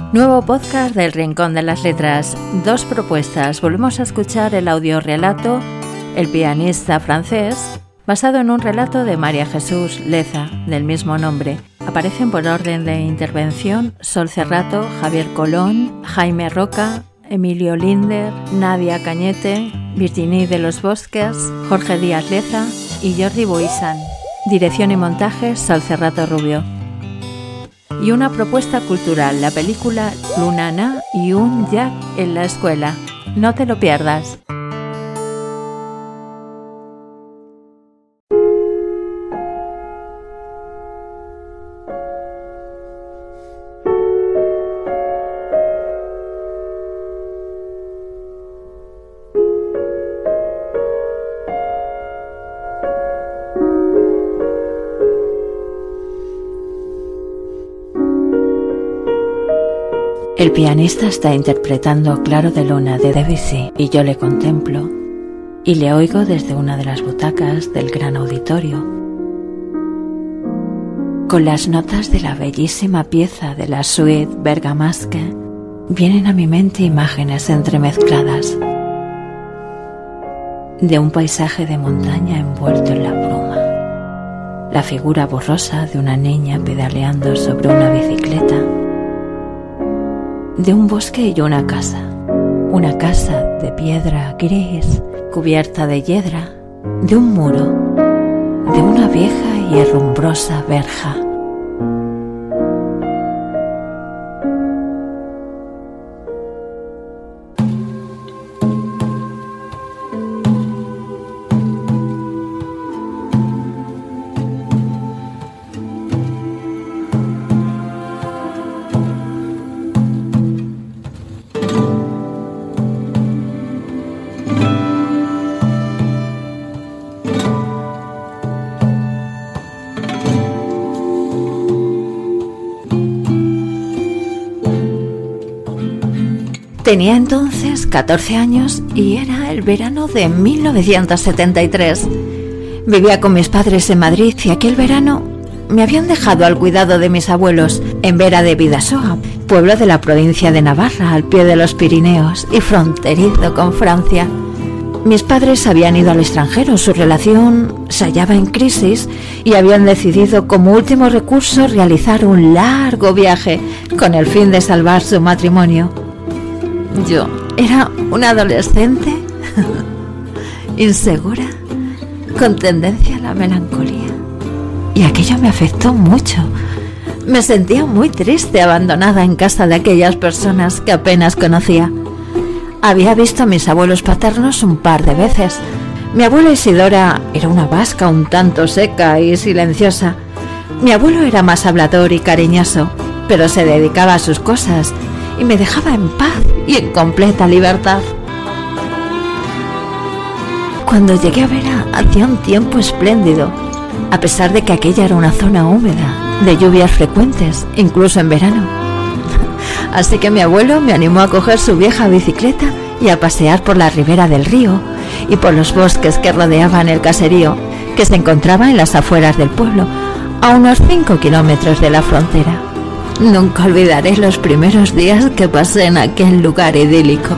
Nuevo podcast del Rincón de las Letras. 2 propuestas. Volvemos a escuchar el audiorelato El pianista francés, basado en un relato de María Jesús Leza, del mismo nombre. Aparecen por orden de intervención Sol Cerrato, Javier Colón, Jaime Roca, Emilio Linder, Nadia Cañete, Virginie de los Bosques, Jorge Díaz Leza y Jordi Boisan. Dirección y montaje Sol Cerrato Rubio. Y una propuesta cultural, la película Lunana y un Jack en la escuela. No te lo pierdas. El pianista está interpretando Claro de Luna de Debussy y yo le contemplo y le oigo desde una de las butacas del gran auditorio. Con las notas de la bellísima pieza de la suite Bergamasque vienen a mi mente imágenes entremezcladas de un paisaje de montaña envuelto en la bruma, la figura borrosa de una niña pedaleando sobre una bicicleta, de un bosque y una casa de piedra gris cubierta de hiedra, de un muro, de una vieja y herrumbrosa verja. Tenía entonces 14 años y era el verano de 1973. Vivía con mis padres en Madrid y aquel verano me habían dejado al cuidado de mis abuelos en Vera de Bidasoa, pueblo de la provincia de Navarra, al pie de los Pirineos y fronterizo con Francia. Mis padres habían ido al extranjero, su relación se hallaba en crisis y habían decidido como último recurso realizar un largo viaje con el fin de salvar su matrimonio. Yo era una adolescente insegura, con tendencia a la melancolía, y aquello me afectó mucho. Me sentía muy triste, abandonada en casa de aquellas personas que apenas conocía. Había visto a mis abuelos paternos un par de veces. Mi abuela Isidora era una vasca un tanto seca y silenciosa. Mi abuelo era más hablador y cariñoso, pero se dedicaba a sus cosas y me dejaba en paz y en completa libertad. Cuando llegué a Vera hacía un tiempo espléndido, a pesar de que aquella era una zona húmeda, de lluvias frecuentes, incluso en verano. Así que mi abuelo me animó a coger su vieja bicicleta y a pasear por la ribera del río y por los bosques que rodeaban el caserío, que se encontraba en las afueras del pueblo, a unos 5 kilómetros de la frontera. Nunca olvidaré los primeros días que pasé en aquel lugar idílico.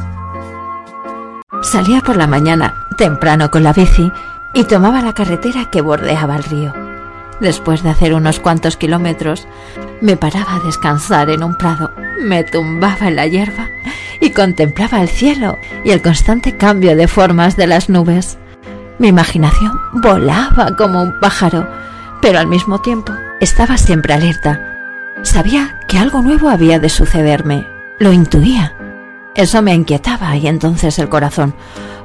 Salía por la mañana, temprano con la bici, y tomaba la carretera que bordeaba el río. Después de hacer unos cuantos kilómetros, me paraba a descansar en un prado, me tumbaba en la hierba y contemplaba el cielo y el constante cambio de formas de las nubes. Mi imaginación volaba como un pájaro, pero al mismo tiempo estaba siempre alerta. Sabía que algo nuevo había de sucederme, lo intuía. Eso me inquietaba y entonces el corazón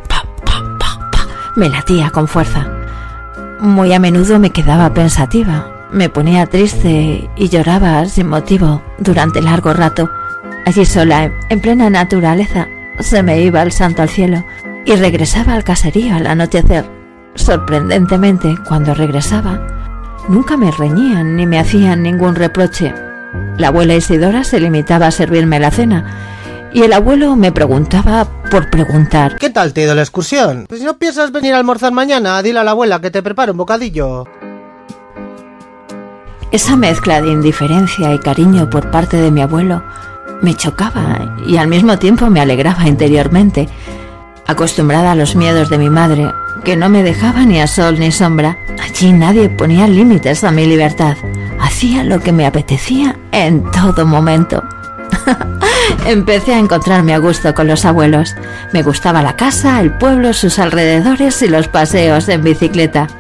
me latía con fuerza. Muy a menudo me quedaba pensativa, me ponía triste y lloraba sin motivo durante largo rato. Allí sola, en plena naturaleza, se me iba el santo al cielo y regresaba al caserío al anochecer. Sorprendentemente, cuando regresaba, nunca me reñían ni me hacían ningún reproche. La abuela Isidora se limitaba a servirme la cena y el abuelo me preguntaba por preguntar. ¿Qué tal te ha ido la excursión? Pues si no piensas venir a almorzar mañana, dile a la abuela que te prepare un bocadillo. Esa mezcla de indiferencia y cariño por parte de mi abuelo me chocaba y al mismo tiempo me alegraba interiormente. Acostumbrada a los miedos de mi madre, que no me dejaba ni a sol ni sombra, allí nadie ponía límites a mi libertad. Hacía lo que me apetecía en todo momento. Empecé a encontrarme a gusto con los abuelos. Me gustaba la casa, el pueblo, sus alrededores y los paseos en bicicleta.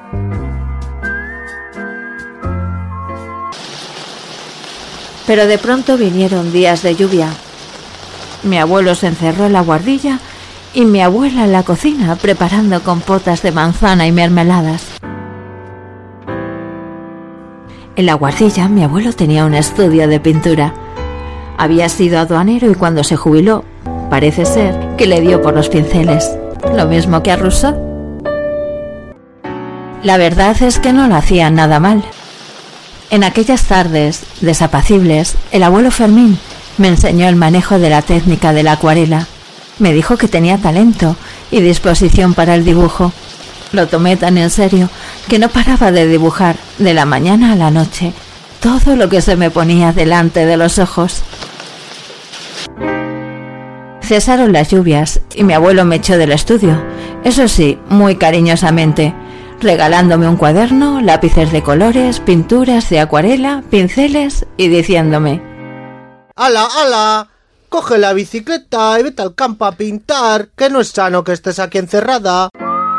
Pero de pronto vinieron días de lluvia. Mi abuelo se encerró en la guardilla y mi abuela en la cocina preparando compotas de manzana y mermeladas. En la guardilla mi abuelo tenía un estudio de pintura. Había sido aduanero y cuando se jubiló, parece ser que le dio por los pinceles, lo mismo que a Rousseau. La verdad es que no lo hacía nada mal. En aquellas tardes desapacibles, el abuelo Fermín me enseñó el manejo de la técnica de la acuarela. Me dijo que tenía talento y disposición para el dibujo. Lo tomé tan en serio que no paraba de dibujar de la mañana a la noche todo lo que se me ponía delante de los ojos. Cesaron las lluvias y mi abuelo me echó del estudio, eso sí, muy cariñosamente, regalándome un cuaderno, lápices de colores, pinturas de acuarela, pinceles y diciéndome: ¡Hala, hala! Coge la bicicleta y vete al campo a pintar, que no es sano que estés aquí encerrada.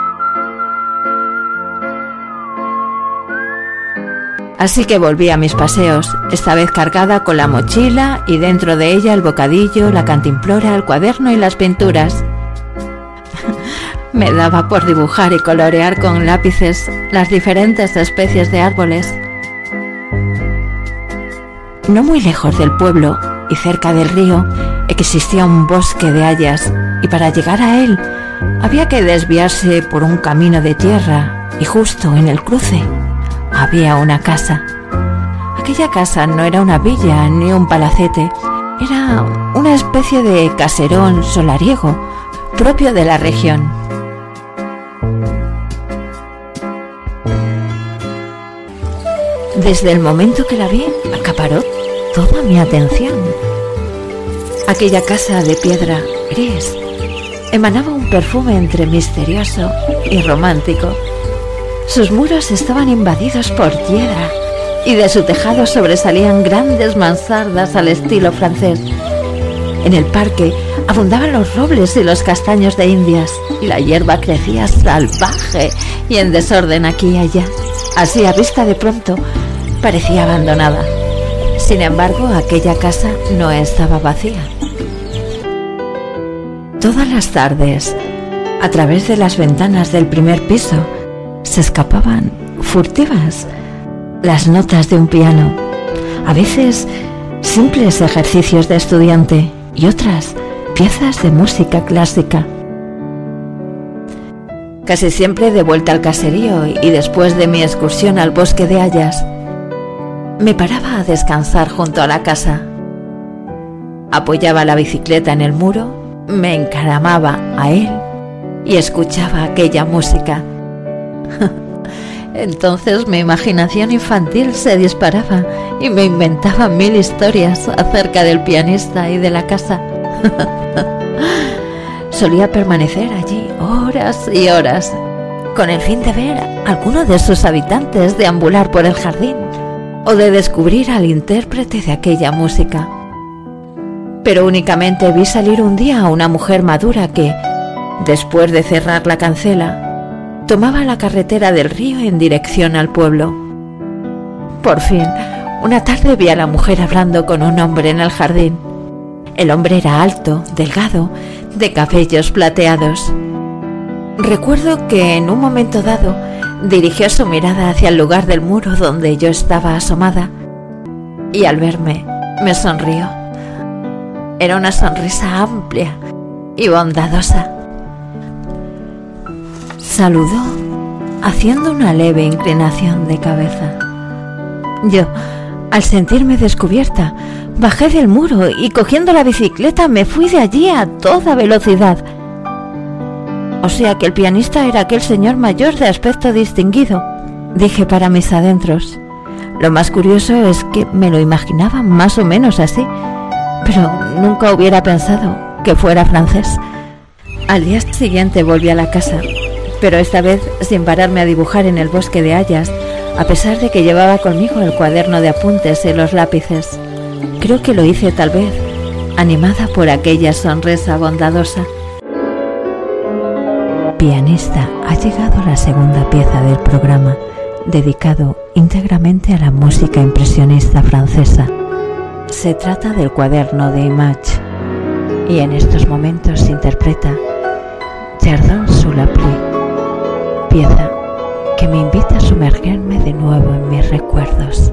Así que volví a mis paseos, esta vez cargada con la mochila y dentro de ella el bocadillo, la cantimplora, el cuaderno y las pinturas. Me daba por dibujar y colorear con lápices las diferentes especies de árboles. No muy lejos del pueblo y cerca del río existía un bosque de hayas y para llegar a él había que desviarse por un camino de tierra y justo en el cruce había una casa. Aquella casa no era una villa ni un palacete, era una especie de caserón solariego propio de la región. Desde el momento que la vi, acaparó toda mi atención. Aquella casa de piedra gris emanaba un perfume entre misterioso y romántico. Sus muros estaban invadidos por piedra y de su tejado sobresalían grandes mansardas al estilo francés. En el parque abundaban los robles y los castaños de Indias y la hierba crecía salvaje y en desorden aquí y allá. Así a vista de pronto parecía abandonada. Sin embargo, aquella casa no estaba vacía. Todas las tardes, a través de las ventanas del primer piso, se escapaban, furtivas, las notas de un piano. A veces, simples ejercicios de estudiante y otras, piezas de música clásica. Casi siempre de vuelta al caserío y después de mi excursión al bosque de hayas, me paraba a descansar junto a la casa. Apoyaba la bicicleta en el muro, me encaramaba a él y escuchaba aquella música. Entonces mi imaginación infantil se disparaba y me inventaba mil historias acerca del pianista y de la casa. Solía permanecer allí horas y horas, con el fin de ver a alguno de sus habitantes deambular por el jardín o de descubrir al intérprete de aquella música. Pero únicamente vi salir un día a una mujer madura que, después de cerrar la cancela, tomaba la carretera del río en dirección al pueblo. Por fin, una tarde vi a la mujer hablando con un hombre en el jardín. El hombre era alto, delgado, de cabellos plateados. Recuerdo que en un momento dado dirigió su mirada hacia el lugar del muro donde yo estaba asomada y al verme me sonrió. Era una sonrisa amplia y bondadosa. Saludó haciendo una leve inclinación de cabeza. Yo, al sentirme descubierta, bajé del muro y cogiendo la bicicleta me fui de allí a toda velocidad. O sea que el pianista era aquel señor mayor de aspecto distinguido, dije para mis adentros. Lo más curioso es que me lo imaginaba más o menos así. pero nunca hubiera pensado que fuera francés. Al día siguiente volví a la casa, pero esta vez sin pararme a dibujar en el bosque de hayas, a pesar de que llevaba conmigo el cuaderno de apuntes y los lápices. Creo que lo hice tal vez, animada por aquella sonrisa bondadosa. Pianista, ha llegado la segunda pieza del programa, dedicado íntegramente a la música impresionista francesa. Se trata del cuaderno de Image, y en estos momentos se interpreta Jardin sous la pluie, pieza que me invita a sumergirme de nuevo en mis recuerdos.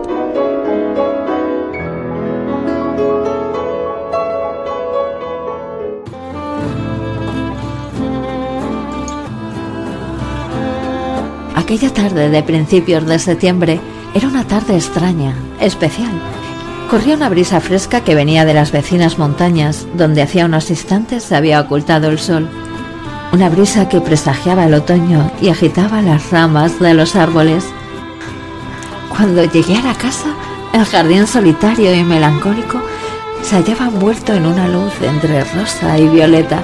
Aquella tarde de principios de septiembre era una tarde extraña, especial. Corría una brisa fresca que venía de las vecinas montañas, donde hacía unos instantes se había ocultado el sol. Una brisa que presagiaba el otoño y agitaba las ramas de los árboles. Cuando llegué a la casa, el jardín solitario y melancólico se hallaba envuelto en una luz entre rosa y violeta.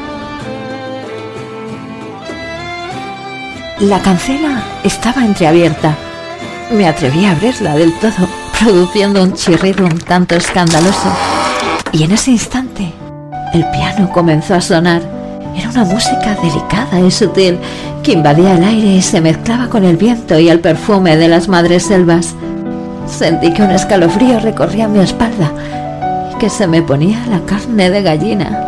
La cancela estaba entreabierta. Me atreví a abrirla del todo, produciendo un chirrido un tanto escandaloso. Y en ese instante, el piano comenzó a sonar. Era una música delicada y sutil que invadía el aire y se mezclaba con el viento y el perfume de las madreselvas. Sentí que un escalofrío recorría mi espalda y que se me ponía la carne de gallina.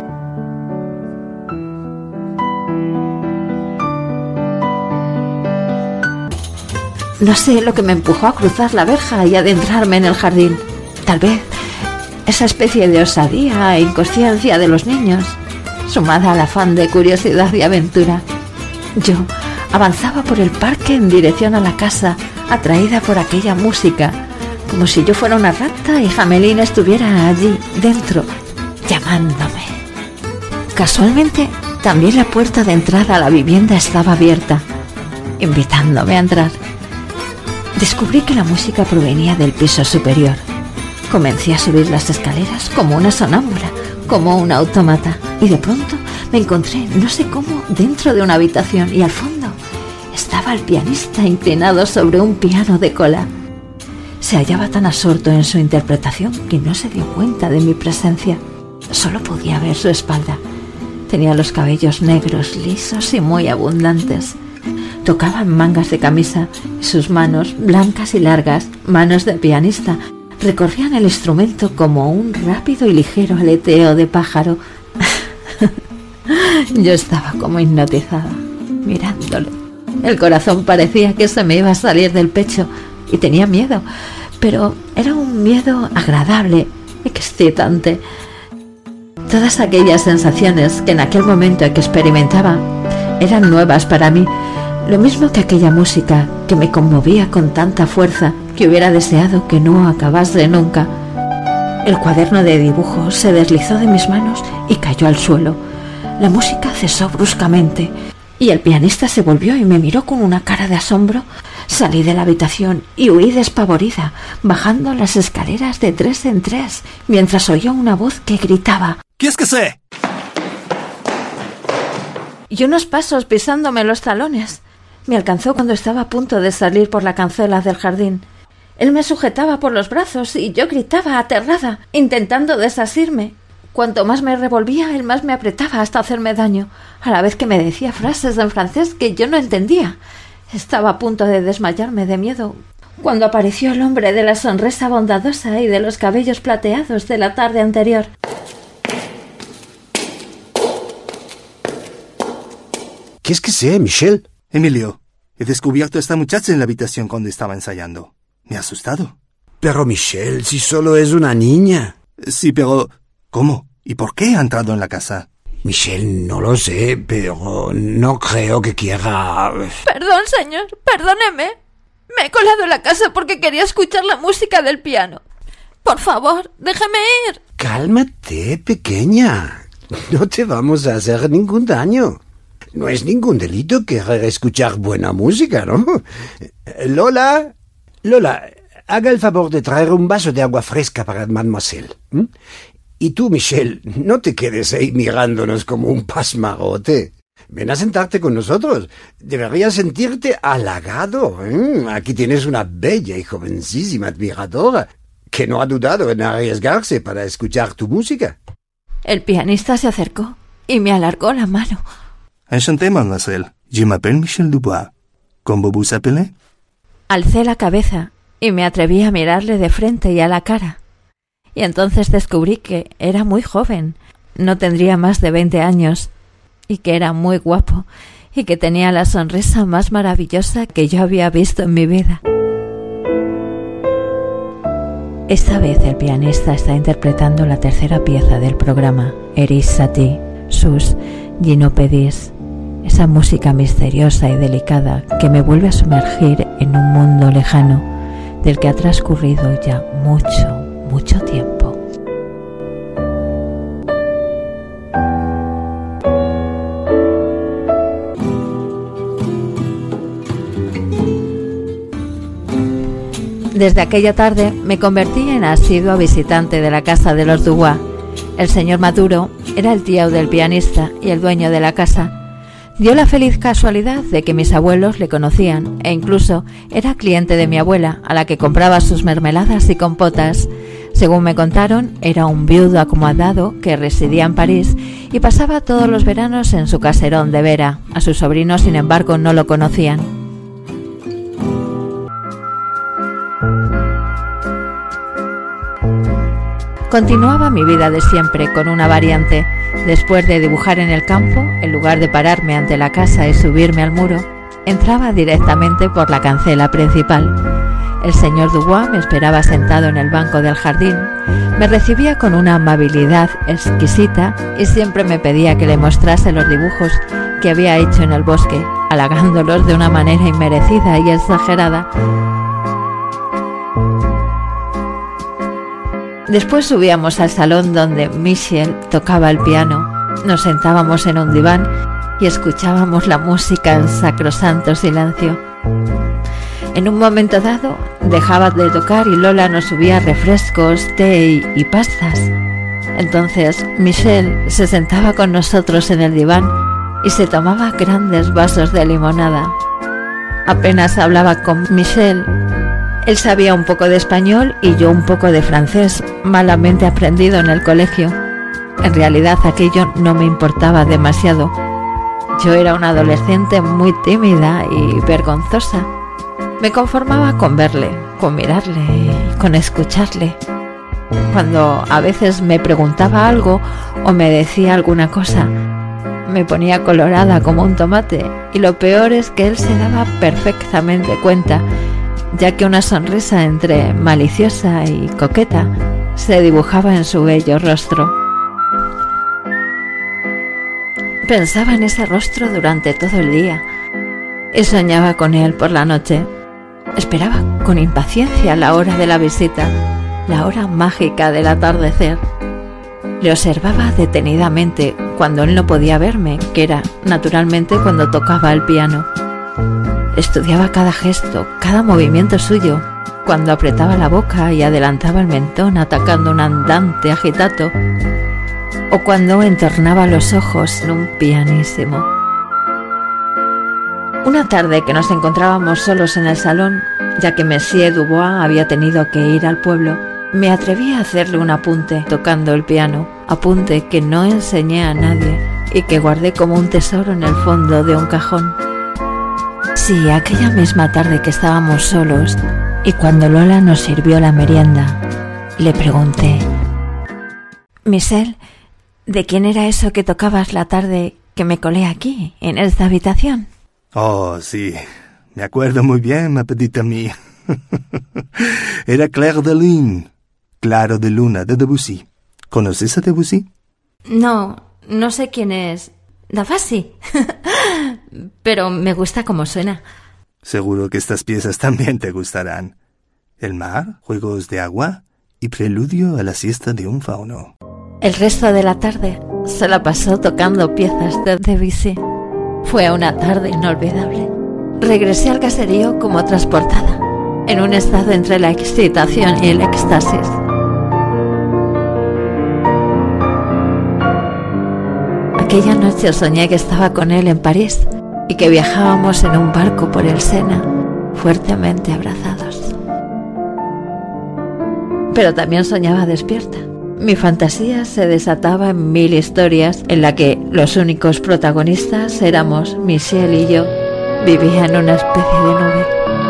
No sé lo que me empujó a cruzar la verja y adentrarme en el jardín. Tal vez esa especie de osadía e inconsciencia de los niños, sumada al afán de curiosidad y aventura. Yo avanzaba por el parque en dirección a la casa, atraída por aquella música, como si yo fuera una rata y Hamelin estuviera allí, dentro, llamándome. Casualmente, también la puerta de entrada a la vivienda estaba abierta, invitándome a entrar. Descubrí que la música provenía del piso superior. Comencé a subir las escaleras como una sonámbula, como un autómata, y de pronto me encontré, no sé cómo, dentro de una habitación y al fondo estaba el pianista inclinado sobre un piano de cola. Se hallaba tan absorto en su interpretación que no se dio cuenta de mi presencia. Solo podía ver su espalda. Tenía los cabellos negros, lisos y muy abundantes. Tocaba en mangas de camisa y sus manos, blancas y largas, manos de pianista, recorrían el instrumento como un rápido y ligero aleteo de pájaro. Yo estaba como hipnotizada, mirándole. El corazón parecía que se me iba a salir del pecho y tenía miedo, pero era un miedo agradable, excitante. Todas aquellas sensaciones que en aquel momento experimentaba eran nuevas para mí, lo mismo que aquella música que me conmovía con tanta fuerza que hubiera deseado que no acabase nunca. El cuaderno de dibujo se deslizó de mis manos y cayó al suelo. La música cesó bruscamente y el pianista se volvió y me miró con una cara de asombro. Salí de la habitación y huí despavorida, bajando las escaleras de 3 en 3, mientras oía una voz que gritaba: ¿Qu'est-ce que c'est? Y unos pasos pisándome los talones. Me alcanzó cuando estaba a punto de salir por la cancela del jardín. Él me sujetaba por los brazos y yo gritaba aterrada, intentando desasirme. Cuanto más me revolvía, él más me apretaba hasta hacerme daño, a la vez que me decía frases en francés que yo no entendía. Estaba a punto de desmayarme de miedo cuando apareció el hombre de la sonrisa bondadosa y de los cabellos plateados de la tarde anterior. ¿Qu'est-ce que c'est, Michel? Emilio, he descubierto a esta muchacha en la habitación cuando estaba ensayando. Me ha asustado. Pero Michel, si solo es una niña. Sí, pero ¿cómo? ¿Y por qué ha entrado en la casa? Michel, no lo sé, pero no creo que quiera... Perdón, señor, perdóneme. Me he colado en la casa porque quería escuchar la música del piano. Por favor, déjeme ir. Cálmate, pequeña. No te vamos a hacer ningún daño. No es ningún delito querer escuchar buena música, ¿no? Lola, haga el favor de traer un vaso de agua fresca para mademoiselle. Y tú, Michel, no te quedes ahí mirándonos como un pasmarote. Ven a sentarte con nosotros. Deberías sentirte halagado. Aquí tienes una bella y jovencísima admiradora que no ha dudado en arriesgarse para escuchar tu música. El pianista se acercó y me alargó la mano. Enchanté, mademoiselle. Je m'appelle Michel Dubois. ¿Cómo vous appelez? Alcé la cabeza y me atreví a mirarle de frente y a la cara. Y entonces descubrí que era muy joven, no tendría más de 20 años, y que era muy guapo, y que tenía la sonrisa más maravillosa que yo había visto en mi vida. Esta vez el pianista está interpretando la tercera pieza del programa, Eris Satie, sus Ginopédies, esa música misteriosa y delicada que me vuelve a sumergir en un mundo lejano del que ha transcurrido ya mucho tiempo. Desde aquella tarde me convertí en asidua visitante de la casa de los Dubois. El señor Maduro era el tío del pianista y el dueño de la casa. Dio la feliz casualidad de que mis abuelos le conocían e incluso era cliente de mi abuela, a la que compraba sus mermeladas y compotas. Según me contaron, era un viudo acomodado que residía en París y pasaba todos los veranos en su caserón de Vera. A sus sobrinos, sin embargo, no lo conocían. Continuaba mi vida de siempre con una variante. Después de dibujar en el campo, en lugar de pararme ante la casa y subirme al muro, entraba directamente por la cancela principal. El señor Dubois me esperaba sentado en el banco del jardín. Me recibía con una amabilidad exquisita y siempre me pedía que le mostrase los dibujos que había hecho en el bosque, halagándolos de una manera inmerecida y exagerada. Después subíamos al salón donde Michel tocaba el piano, nos sentábamos en un diván y escuchábamos la música en sacrosanto silencio. En un momento dado dejaba de tocar y Lola nos subía refrescos, té y pastas. Entonces Michel se sentaba con nosotros en el diván y se tomaba grandes vasos de limonada. Apenas hablaba con Michel. Él sabía un poco de español y yo un poco de francés, malamente aprendido en el colegio. En realidad aquello no me importaba demasiado. Yo era una adolescente muy tímida y vergonzosa. Me conformaba con verle, con mirarle y con escucharle. Cuando a veces me preguntaba algo o me decía alguna cosa, me ponía colorada como un tomate, y lo peor es que él se daba perfectamente cuenta, ya que una sonrisa entre maliciosa y coqueta se dibujaba en su bello rostro. Pensaba en ese rostro durante todo el día y soñaba con él por la noche. Esperaba con impaciencia la hora de la visita, la hora mágica del atardecer. Le observaba detenidamente cuando él no podía verme, que era naturalmente cuando tocaba el piano. Estudiaba cada gesto, cada movimiento suyo, cuando apretaba la boca y adelantaba el mentón atacando un andante agitato, o cuando entornaba los ojos en un pianissimo. Una tarde que nos encontrábamos solos en el salón, ya que Monsieur Dubois había tenido que ir al pueblo, me atreví a hacerle un apunte tocando el piano, apunte que no enseñé a nadie y que guardé como un tesoro en el fondo de un cajón. Sí, aquella misma tarde que estábamos solos y cuando Lola nos sirvió la merienda, le pregunté: Michel, ¿de quién era eso que tocabas la tarde que me colé aquí, en esta habitación? Oh, sí, me acuerdo muy bien, ma petite amie. Era Clair de Lune, Claro de Luna, de Debussy. ¿Conoces a Debussy? No sé quién es. Debussy. Pero me gusta cómo suena. Seguro que estas piezas también te gustarán. El mar, juegos de agua y preludio a la siesta de un fauno. El resto de la tarde se la pasó tocando piezas de Debussy. Fue una tarde inolvidable. Regresé al caserío como transportada. en un estado entre la excitación y el éxtasis. Aquella noche soñé que estaba con él en París y que viajábamos en un barco por el Sena, fuertemente abrazados. Pero también soñaba despierta. Mi fantasía se desataba en mil historias en la que los únicos protagonistas éramos Michel y yo. Vivía en una especie de nube.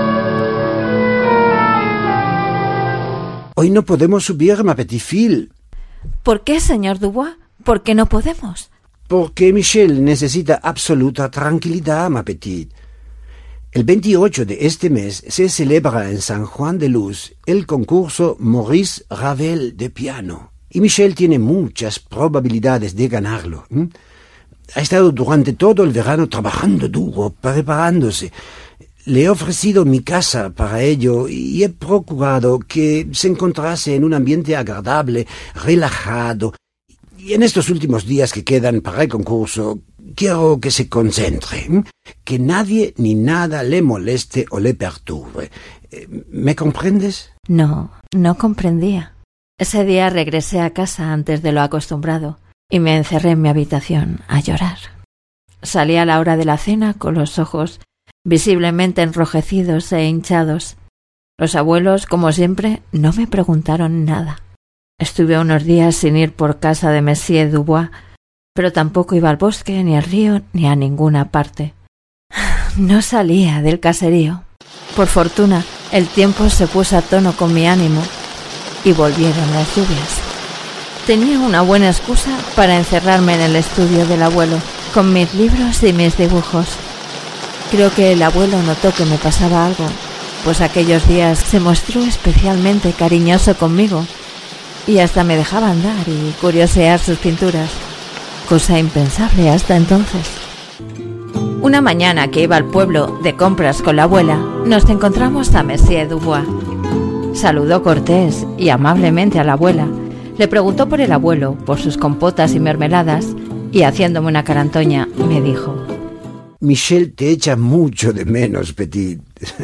Hoy no podemos subir, ma petite fille. ¿Por qué, señor Dubois? ¿Por qué no podemos? Porque Michel necesita absoluta tranquilidad, ma petite. El 28 de este mes se celebra en San Juan de Luz el concurso Maurice Ravel de piano. Y Michel tiene muchas probabilidades de ganarlo. Ha estado durante todo el verano trabajando duro, preparándose. Le he ofrecido mi casa para ello y he procurado que se encontrase en un ambiente agradable, relajado. Y en estos últimos días que quedan para el concurso, quiero que se concentre, que nadie ni nada le moleste o le perturbe. ¿Me comprendes? No comprendía. Ese día regresé a casa antes de lo acostumbrado y me encerré en mi habitación a llorar. Salí a la hora de la cena con los ojos visiblemente enrojecidos e hinchados. Los abuelos, como siempre, no me preguntaron nada. Estuve unos días sin ir por casa de Monsieur Dubois, pero tampoco iba al bosque, ni al río, ni a ninguna parte. No salía del caserío. Por fortuna, el tiempo se puso a tono con mi ánimo y volvieron las lluvias. Tenía una buena excusa para encerrarme en el estudio del abuelo, con mis libros y mis dibujos. Creo que el abuelo notó que me pasaba algo, pues aquellos días se mostró especialmente cariñoso conmigo y hasta me dejaba andar y curiosear sus pinturas, cosa impensable hasta entonces. Una mañana que iba al pueblo de compras con la abuela, nos encontramos a Monsieur Dubois. Saludó cortés y amablemente a la abuela, le preguntó por el abuelo, por sus compotas y mermeladas, y haciéndome una carantoña me dijo: Michel te echa mucho de menos, Petit.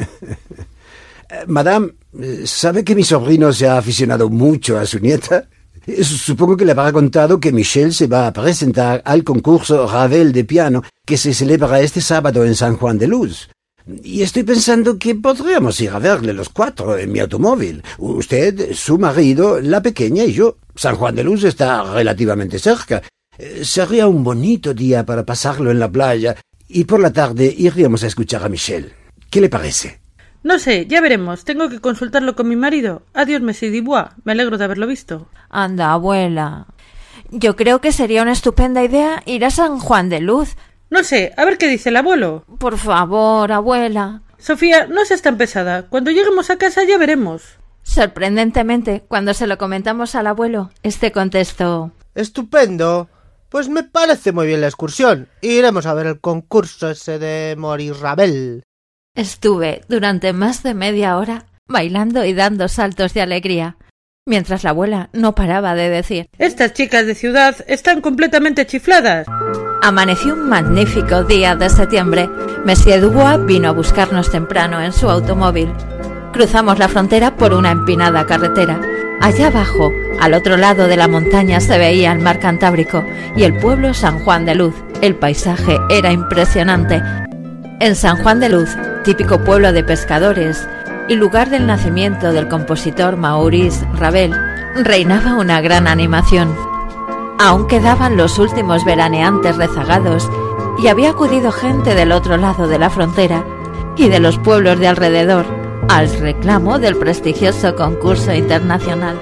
Madame, ¿sabe que mi sobrino se ha aficionado mucho a su nieta? Supongo que le habrá contado que Michel se va a presentar al concurso Ravel de piano que se celebra este sábado en San Juan de Luz. Y estoy pensando que podríamos ir a verle los cuatro en mi automóvil. Usted, su marido, la pequeña y yo. San Juan de Luz está relativamente cerca. Sería un bonito día para pasarlo en la playa y por la tarde iríamos a escuchar a Michel. ¿Qué le parece? No sé, ya veremos. Tengo que consultarlo con mi marido. Adiós, Monsieur Dubois. Me alegro de haberlo visto. Anda, abuela. Yo creo que sería una estupenda idea ir a San Juan de Luz. No sé, a ver qué dice el abuelo. Por favor, abuela. Sofía, no seas tan pesada. Cuando lleguemos a casa ya veremos. Sorprendentemente, cuando se lo comentamos al abuelo, este contestó: Estupendo. Pues me parece muy bien la excursión. Iremos a ver el concurso ese de Maurice Ravel. Estuve durante más de media hora bailando y dando saltos de alegría, mientras la abuela no paraba de decir: Estas chicas de ciudad están completamente chifladas. Amaneció un magnífico día de septiembre. Monsieur Dubois vino a buscarnos temprano en su automóvil. Cruzamos la frontera por una empinada carretera. Allá abajo, al otro lado de la montaña, se veía el mar Cantábrico y el pueblo San Juan de Luz. El paisaje era impresionante. En San Juan de Luz, típico pueblo de pescadores y lugar del nacimiento del compositor Maurice Ravel, reinaba una gran animación. Aún quedaban los últimos veraneantes rezagados y había acudido gente del otro lado de la frontera y de los pueblos de alrededor al reclamo del prestigioso concurso internacional.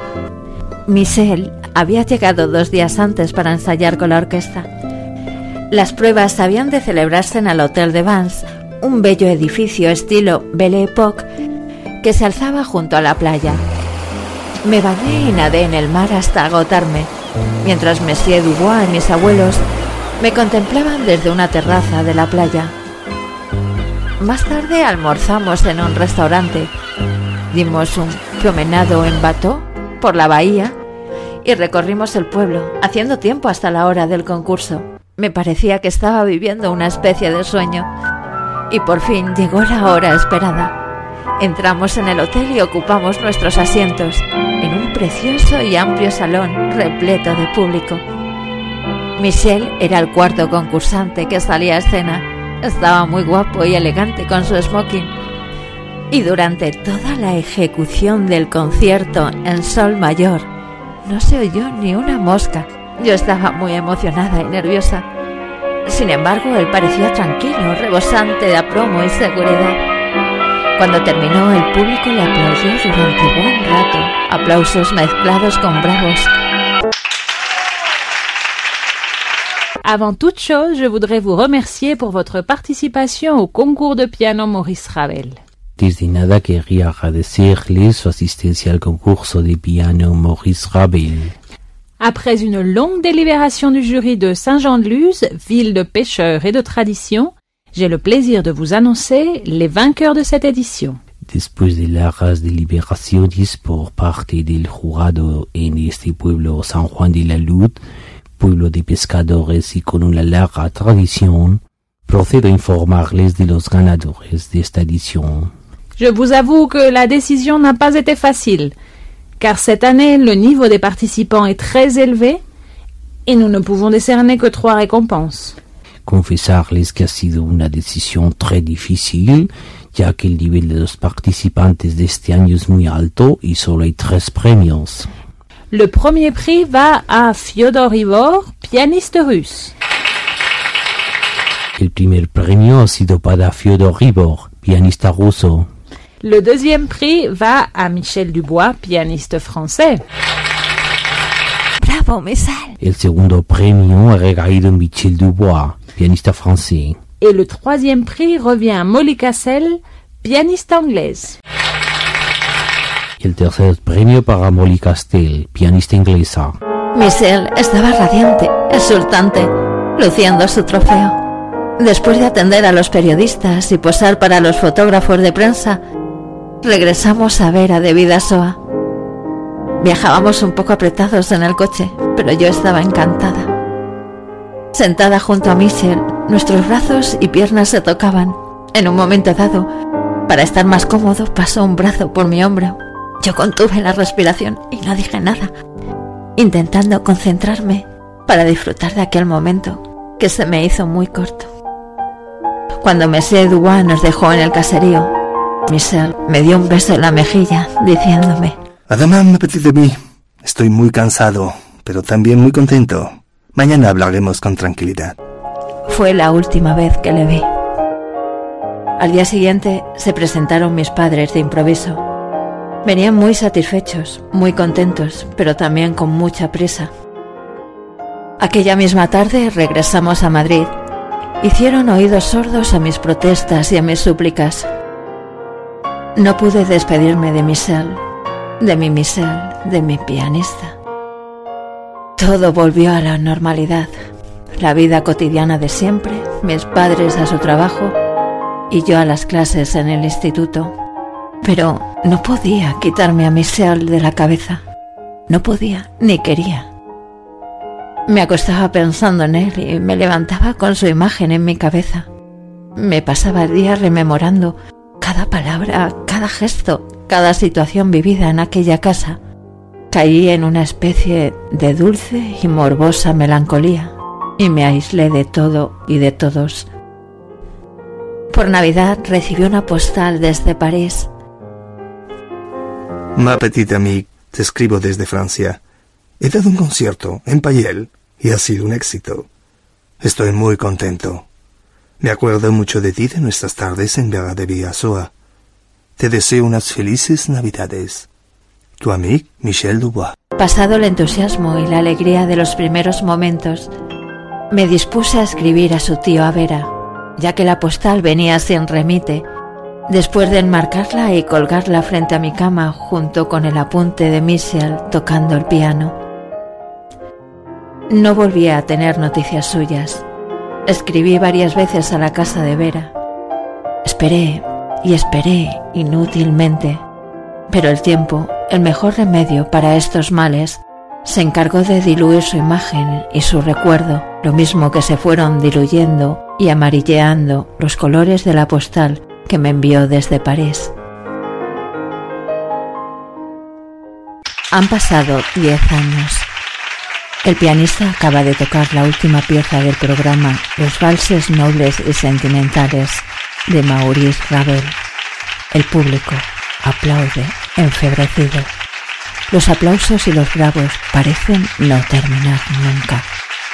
Michel había llegado 2 días antes para ensayar con la orquesta. Las pruebas habían de celebrarse en el Hotel de Vans, un bello edificio estilo Belle Époque que se alzaba junto a la playa. Me bañé y nadé en el mar hasta agotarme, mientras Monsieur Dubois y mis abuelos me contemplaban desde una terraza de la playa. Más tarde almorzamos en un restaurante, dimos un promenado en bateau por la bahía y recorrimos el pueblo, haciendo tiempo hasta la hora del concurso. Me parecía que estaba viviendo una especie de sueño y por fin llegó la hora esperada. Entramos en el hotel y ocupamos nuestros asientos, en un precioso y amplio salón repleto de público. Michel era el cuarto concursante que salía a escena. Estaba muy guapo y elegante con su smoking. Y durante toda la ejecución del concierto en sol mayor, no se oyó ni una mosca. Yo estaba muy emocionada y nerviosa. Sin embargo, él parecía tranquilo, rebosante de aplomo y seguridad. Cuando terminó, el público le aplaudió durante buen rato, aplausos mezclados con bravos. Avant toute chose, je voudrais vous remercier pour votre participation au concours de piano Maurice Ravel. Desde nada querría agradecerles su asistencia al concurso de piano Maurice Ravel. Après une longue délibération du jury de Saint-Jean-de-Luz, ville de pêcheurs et de tradition, j'ai le plaisir de vous annoncer les vainqueurs de cette édition. Después de largas deliberaciones por parte del jurado en este pueblo San Juan de la Luz, pueblo de pescadores y con una larga tradición, procedo a informarles de los ganadores de esta edición. Je vous avoue que la décision n'a pas été facile, car cette année, le niveau des participants est très élevé et nous ne pouvons décerner que 3 récompenses. Confesarles que ha sido una decisión très difícil, ya que el nivel de los participantes de este año es muy alto y solo hay 3 premios. Le premier prix va à Fyodor Ivor, pianiste russe. El primer premio ha sido para Fyodor Ivor, pianista ruso. Le deuxième prix va à Michel Dubois, pianiste français. ¡Bravo, Michel! El segundo premio ha recaído en Michel Dubois, pianista français. Et le troisième prix revient à Molly Cassel, pianiste anglaise. El tercer premio para Molly Castell, pianista inglesa. Michel estaba radiante, exultante, luciendo su trofeo. Después de atender a los periodistas y posar para los fotógrafos de prensa, regresamos a ver a David Assoa. Viajábamos un poco apretados en el coche, pero yo estaba encantada. Sentada junto a Michel, nuestros brazos y piernas se tocaban. En un momento dado, para estar más cómodo, pasó un brazo por mi hombro. Yo contuve la respiración y no dije nada, intentando concentrarme para disfrutar de aquel momento que se me hizo muy corto. Cuando Monsieur Dubois nos dejó en el caserío, Michel me dio un beso en la mejilla, diciéndome: Además, me petit ami, estoy muy cansado, pero también muy contento. Mañana hablaremos con tranquilidad. Fue la última vez que le vi. Al día siguiente se presentaron mis padres de improviso. Venían muy satisfechos, muy contentos, pero también con mucha prisa. Aquella misma tarde regresamos a Madrid. Hicieron oídos sordos a mis protestas y a mis súplicas. No pude despedirme de Michel, de mi pianista. Todo volvió a la normalidad, la vida cotidiana de siempre, mis padres a su trabajo y yo a las clases en el instituto. Pero no podía quitarme a Michel de la cabeza. No podía, ni quería. Me acostaba pensando en él y me levantaba con su imagen en mi cabeza. Me pasaba el día rememorando cada palabra, cada gesto, cada situación vivida en aquella casa. Caí en una especie de dulce y morbosa melancolía y me aislé de todo y de todos. Por Navidad recibí una postal desde París. Ma petite amie, te escribo desde Francia. He dado un concierto en Payel y ha sido un éxito. Estoy muy contento. Me acuerdo mucho de ti, de nuestras tardes en Vera de Villassoa. Te deseo unas felices Navidades. Tu amigo Michel Dubois. Pasado el entusiasmo y la alegría de los primeros momentos, me dispuse a escribir a su tío a Vera, ya que la postal venía sin remite, después de enmarcarla y colgarla frente a mi cama junto con el apunte de Michel tocando el piano. No volví a tener noticias suyas. Escribí varias veces a la casa de Vera. Esperé y esperé inútilmente, pero el tiempo, el mejor remedio para estos males, se encargó de diluir su imagen y su recuerdo, lo mismo que se fueron diluyendo y amarilleando los colores de la postal que me envió desde París. Han pasado 10 años. El pianista acaba de tocar la última pieza del programa Los valses nobles y sentimentales de Maurice Ravel. El público aplaude enfebrecido. Los aplausos y los bravos parecen no terminar nunca.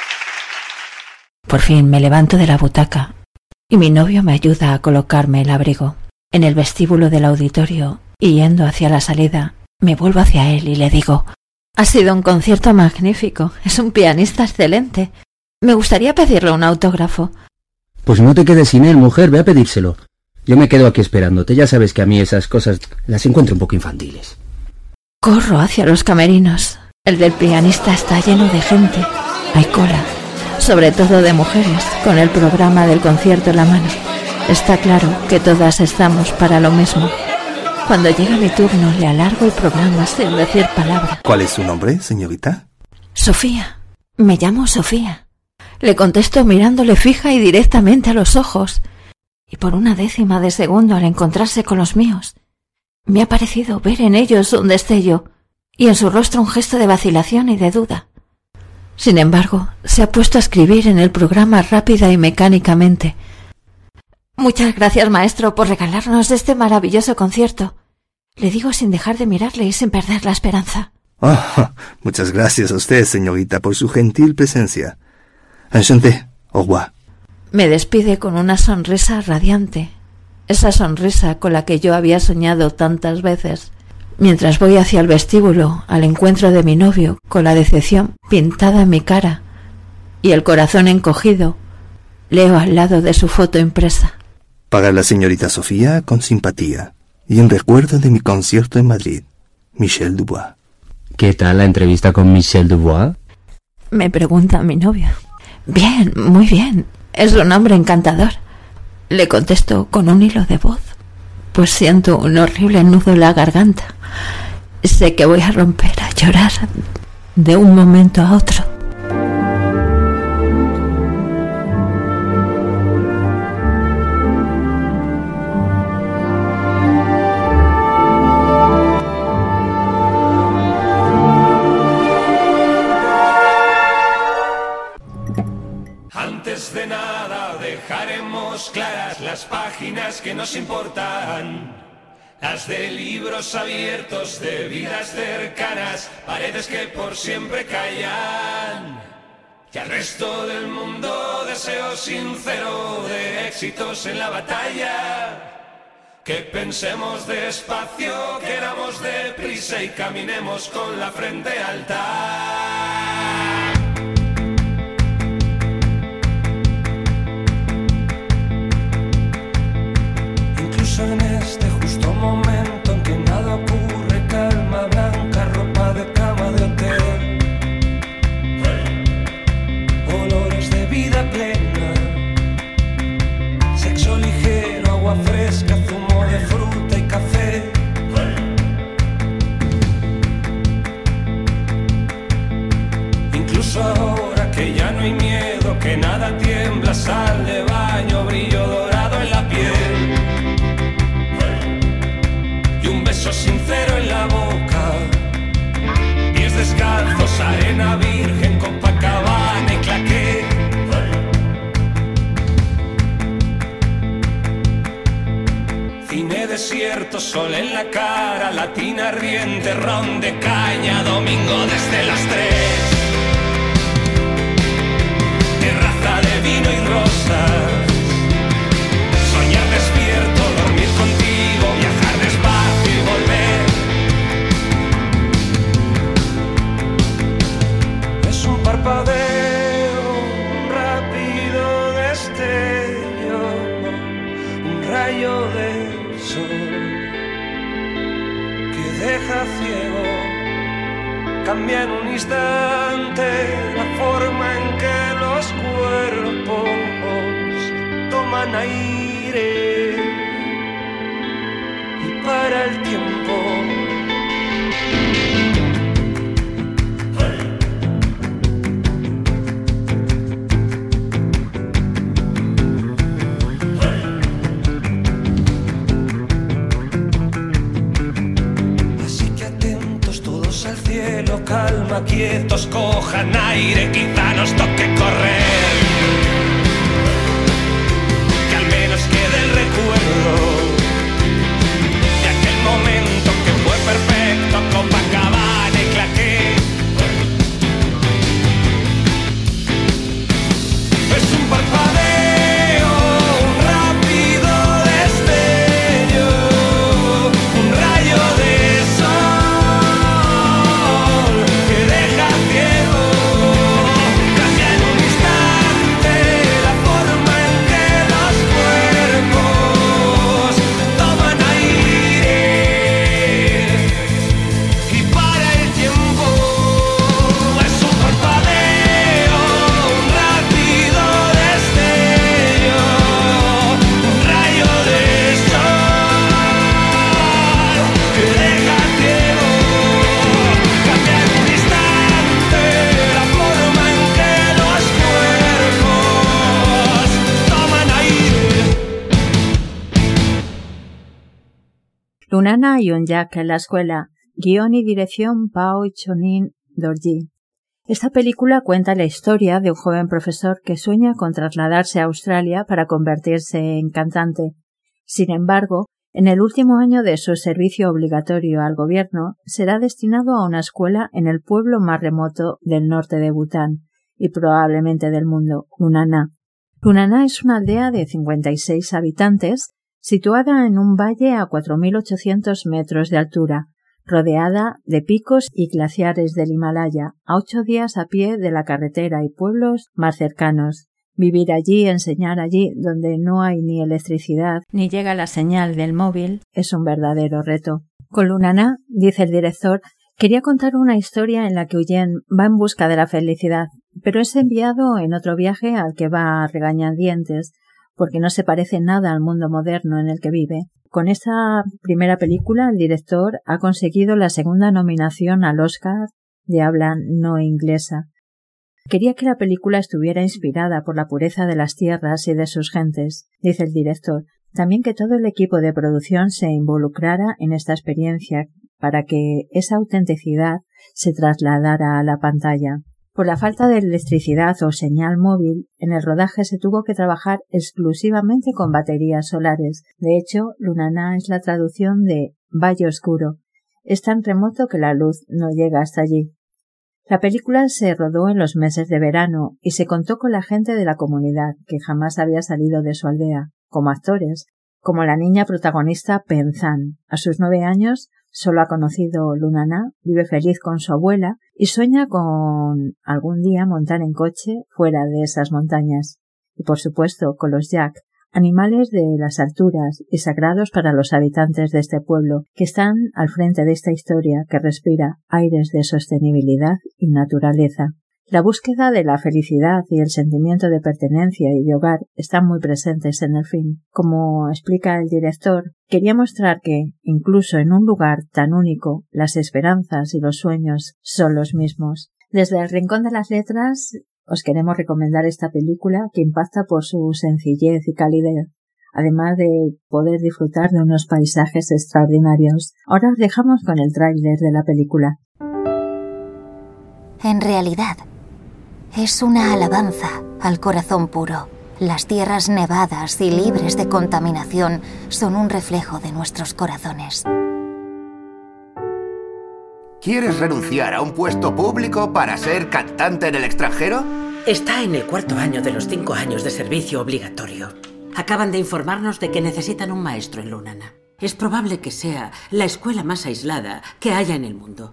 Por fin me levanto de la butaca y mi novio me ayuda a colocarme el abrigo. En el vestíbulo del auditorio y yendo hacia la salida, me vuelvo hacia él y le digo: ha sido un concierto magnífico, es un pianista excelente. Me gustaría pedirle un autógrafo. Pues no te quedes sin él, mujer, ve a pedírselo. Yo me quedo aquí esperándote, ya sabes que a mí esas cosas las encuentro un poco infantiles. Corro hacia los camerinos. El del pianista está lleno de gente. Hay cola, sobre todo de mujeres, con el programa del concierto en la mano. Está claro que todas estamos para lo mismo. Cuando llega mi turno, le alargo el programa sin decir palabra. ¿Cuál es su nombre, señorita? Sofía. Me llamo Sofía. Le contesto mirándole fija y directamente a los ojos. Y por una décima de segundo al encontrarse con los míos, me ha parecido ver en ellos un destello y en su rostro un gesto de vacilación y de duda. Sin embargo, se ha puesto a escribir en el programa rápida y mecánicamente. Muchas gracias, maestro, por regalarnos este maravilloso concierto. Le digo sin dejar de mirarle y sin perder la esperanza. Oh, muchas gracias a usted, señorita, por su gentil presencia. Enchanté. Au revoir. Me despide con una sonrisa radiante. Esa sonrisa con la que yo había soñado tantas veces. Mientras voy hacia el vestíbulo, al encuentro de mi novio, con la decepción pintada en mi cara y el corazón encogido, leo al lado de su foto impresa: Para la señorita Sofía, con simpatía, y en recuerdo de mi concierto en Madrid, Michel Dubois. ¿Qué tal la entrevista con Michel Dubois? Me pregunta mi novio. Bien, muy bien. Es un hombre encantador. Le contesto con un hilo de voz, pues siento un horrible nudo en la garganta. Sé que voy a romper a llorar de un momento a otro. Antes de nada dejaremos claras las páginas que nos importan, las de libros abiertos, de vidas cercanas, paredes que por siempre callan. Y al resto del mundo deseo sincero de éxitos en la batalla. Que pensemos despacio, queramos deprisa y caminemos con la frente alta. En este justo momento en que nada ocurre, calma blanca, ropa de cama de hotel, olores de vida plena, sexo ligero, agua fresca, zumo de fruta y café. Incluso ahora que ya no hay miedo, que nada tiembla, sal de baño, brillo dorado en la piel. Un beso sincero en la boca, pies descalzos, arena virgen, Copacabana y claqué. Cine desierto, sol en la cara, latina ardiente, ron de caña, domingo desde las 3. Terraza de vino y rosas, soñar despierto, dormir contigo, viajar despacio y volver. Es un parpadeo, un rápido destello, un rayo del sol que deja ciego. Cambia en un instante la forma en que los cuerpos toman aire y para el tiempo. Así que atentos todos al cielo. vientos cojan aire, quizá nos toque correr. Que al menos quede el recuerdo de aquel momento que fue perfecto, Copacabana y Claqué. Es un parpadeo, un rápido destello, un rayo de sol que deja ciego. Cambia en un instante la forma en que los cuerpos toman aire y para el tiempo. Es un parpadeo, un rápido destello, un rayo de sol que deja ciego. Cambia en un instante la forma en que los cuerpos toman aire. Lunana y un Jack en la escuela. Guión y dirección Pao Chonin Dorji. Esta película cuenta la historia de un joven profesor que sueña con trasladarse a Australia para convertirse en cantante. Sin embargo, en el último año de su servicio obligatorio al gobierno, será destinado a una escuela en el pueblo más remoto del norte de Bután y probablemente del mundo, Lunana. Lunana es una aldea de 56 habitantes situada en un valle a 4.800 metros de altura, rodeada de picos y glaciares del Himalaya, a 8 días a pie de la carretera y pueblos más cercanos. Vivir allí, enseñar allí, donde no hay ni electricidad ni llega la señal del móvil, es un verdadero reto. Con Lunana, dice el director, quería contar una historia en la que Huyen va en busca de la felicidad, pero es enviado en otro viaje al que va a regañadientes, porque no se parece nada al mundo moderno en el que vive. Con esta primera película, el director ha conseguido la segunda nominación al Oscar de habla no inglesa. Quería que la película estuviera inspirada por la pureza de las tierras y de sus gentes, dice el director. También que todo el equipo de producción se involucrara en esta experiencia para que esa autenticidad se trasladara a la pantalla. Por la falta de electricidad o señal móvil, en el rodaje se tuvo que trabajar exclusivamente con baterías solares. De hecho, Lunana es la traducción de Valle Oscuro. Es tan remoto que la luz no llega hasta allí. La película se rodó en los meses de verano y se contó con la gente de la comunidad, que jamás había salido de su aldea, como actores, como la niña protagonista Penzan. A sus 9 años solo ha conocido Lunana, vive feliz con su abuela y sueña con algún día montar en coche fuera de esas montañas. Y por supuesto con los Jack, animales de las alturas y sagrados para los habitantes de este pueblo, que están al frente de esta historia que respira aires de sostenibilidad y naturaleza. La búsqueda de la felicidad y el sentimiento de pertenencia y de hogar están muy presentes en el film. Como explica el director, quería mostrar que, incluso en un lugar tan único, las esperanzas y los sueños son los mismos. Desde el Rincón de las Letras os queremos recomendar esta película que impacta por su sencillez y calidez, además de poder disfrutar de unos paisajes extraordinarios. Ahora os dejamos con el tráiler de la película. En realidad, es una alabanza al corazón puro. Las tierras nevadas y libres de contaminación son un reflejo de nuestros corazones. ¿Quieres renunciar a un puesto público para ser cantante en el extranjero? Está en el 4º año de los 5 años de servicio obligatorio. Acaban de informarnos de que necesitan un maestro en Lunana. Es probable que sea la escuela más aislada que haya en el mundo.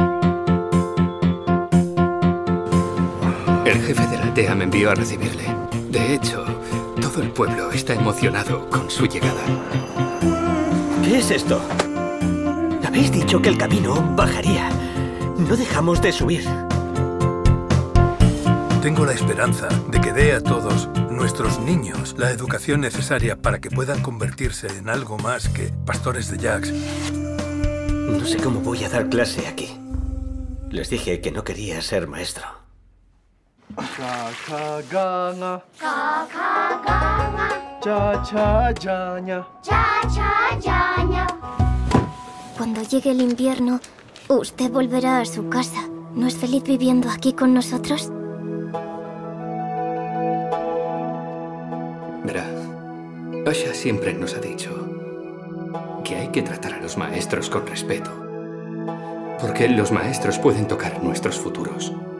El jefe de la aldea me envió a recibirle. De hecho, todo el pueblo está emocionado con su llegada. ¿Qué es esto? Habéis dicho que el camino bajaría. No dejamos de subir. Tengo la esperanza de que dé a todos nuestros niños la educación necesaria para que puedan convertirse en algo más que pastores de yaks. No sé cómo voy a dar clase aquí. Les dije que no quería ser maestro. Cuando llegue el invierno, usted volverá a su casa. ¿No es feliz viviendo aquí con nosotros? Verá, Asha siempre nos ha dicho que hay que tratar a los maestros con respeto, porque los maestros pueden tocar nuestros futuros.